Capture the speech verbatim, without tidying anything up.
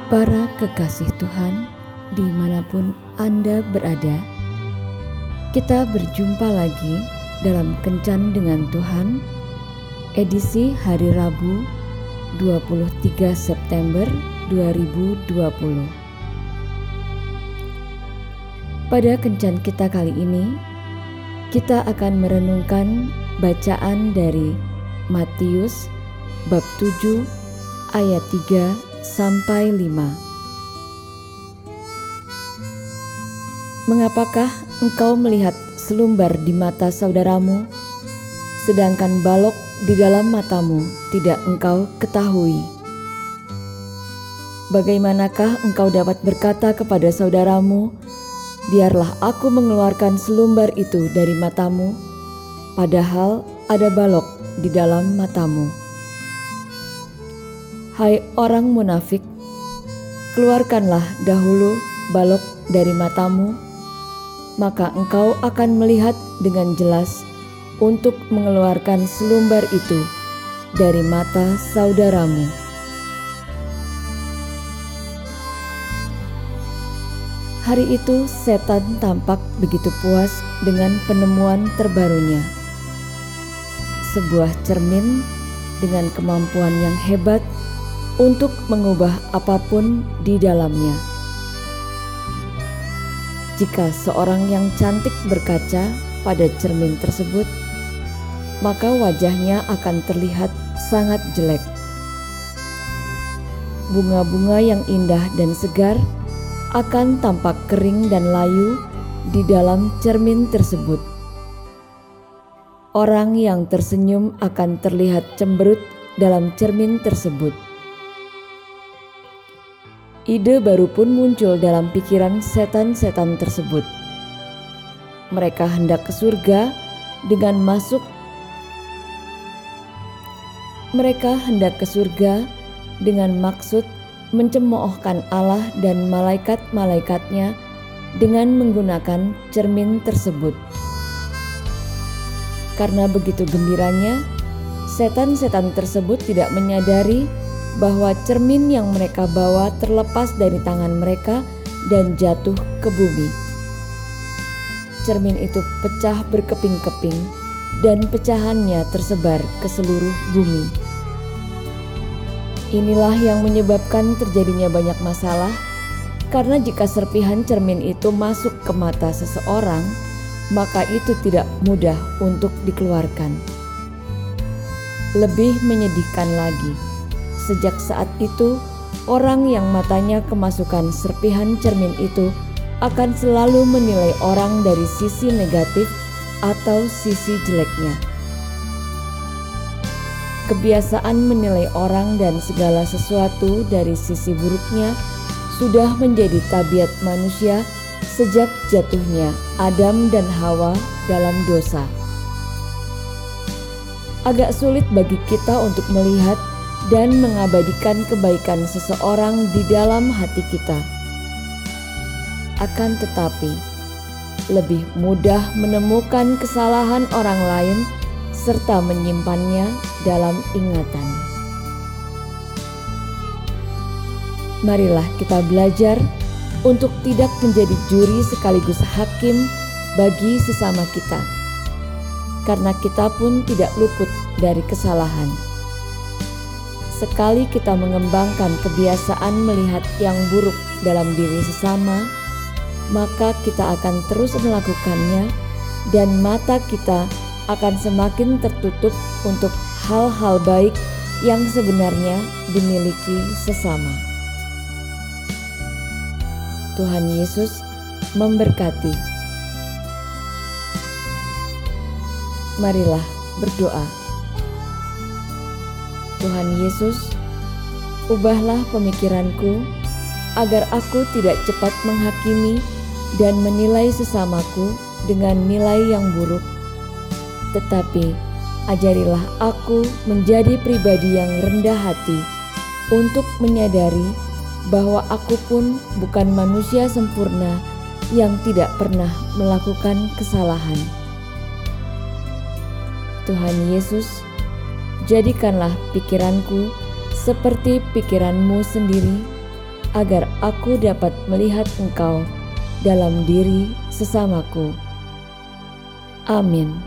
Para kekasih Tuhan, dimanapun Anda berada, kita berjumpa lagi dalam Kencan dengan Tuhan, edisi hari Rabu dua puluh tiga September dua ribu dua puluh. Pada Kencan kita kali ini, kita akan merenungkan bacaan dari Matius bab tujuh ayat tiga sampai lima. Mengapakah engkau melihat selumbar di mata saudaramu, sedangkan balok di dalam matamu tidak engkau ketahui? Bagaimanakah engkau dapat berkata kepada saudaramu, biarlah aku mengeluarkan selumbar itu dari matamu, padahal ada balok di dalam matamu? Hai orang munafik, keluarkanlah dahulu balok dari matamu, maka engkau akan melihat dengan jelas untuk mengeluarkan selumbar itu dari mata saudaramu. Hari itu setan tampak begitu puas dengan penemuan terbarunya. Sebuah cermin dengan kemampuan yang hebat untuk mengubah apapun di dalamnya. Jika seorang yang cantik berkaca pada cermin tersebut, maka wajahnya akan terlihat sangat jelek. Bunga-bunga yang indah dan segar akan tampak kering dan layu di dalam cermin tersebut. Orang yang tersenyum akan terlihat cemberut dalam cermin tersebut. Ide baru pun muncul dalam pikiran setan-setan tersebut. Mereka hendak ke surga dengan masuk Mereka hendak ke surga dengan maksud mencemoohkan Allah dan malaikat-malaikatnya dengan menggunakan cermin tersebut. Karena begitu gembiranya, setan-setan tersebut tidak menyadari bahwa cermin yang mereka bawa terlepas dari tangan mereka dan jatuh ke bumi. Cermin itu pecah berkeping-keping dan pecahannya tersebar ke seluruh bumi. Inilah yang menyebabkan terjadinya banyak masalah, karena jika serpihan cermin itu masuk ke mata seseorang, maka itu tidak mudah untuk dikeluarkan. Lebih menyedihkan lagi, sejak saat itu, orang yang matanya kemasukan serpihan cermin itu akan selalu menilai orang dari sisi negatif atau sisi jeleknya. Kebiasaan menilai orang dan segala sesuatu dari sisi buruknya sudah menjadi tabiat manusia sejak jatuhnya Adam dan Hawa dalam dosa. Agak sulit bagi kita untuk melihat dan mengabadikan kebaikan seseorang di dalam hati kita. Akan tetapi, lebih mudah menemukan kesalahan orang lain serta menyimpannya dalam ingatan. Marilah kita belajar untuk tidak menjadi juri sekaligus hakim bagi sesama kita, karena kita pun tidak luput dari kesalahan. Sekali kita mengembangkan kebiasaan melihat yang buruk dalam diri sesama, maka kita akan terus melakukannya dan mata kita akan semakin tertutup untuk hal-hal baik yang sebenarnya dimiliki sesama. Tuhan Yesus memberkati. Marilah berdoa. Tuhan Yesus, ubahlah pemikiranku agar aku tidak cepat menghakimi dan menilai sesamaku dengan nilai yang buruk, tetapi ajarilah aku menjadi pribadi yang rendah hati untuk menyadari bahwa aku pun bukan manusia sempurna yang tidak pernah melakukan kesalahan. Tuhan Yesus, jadikanlah pikiranku seperti pikiran-Mu sendiri, agar aku dapat melihat Engkau dalam diri sesamaku. Amin.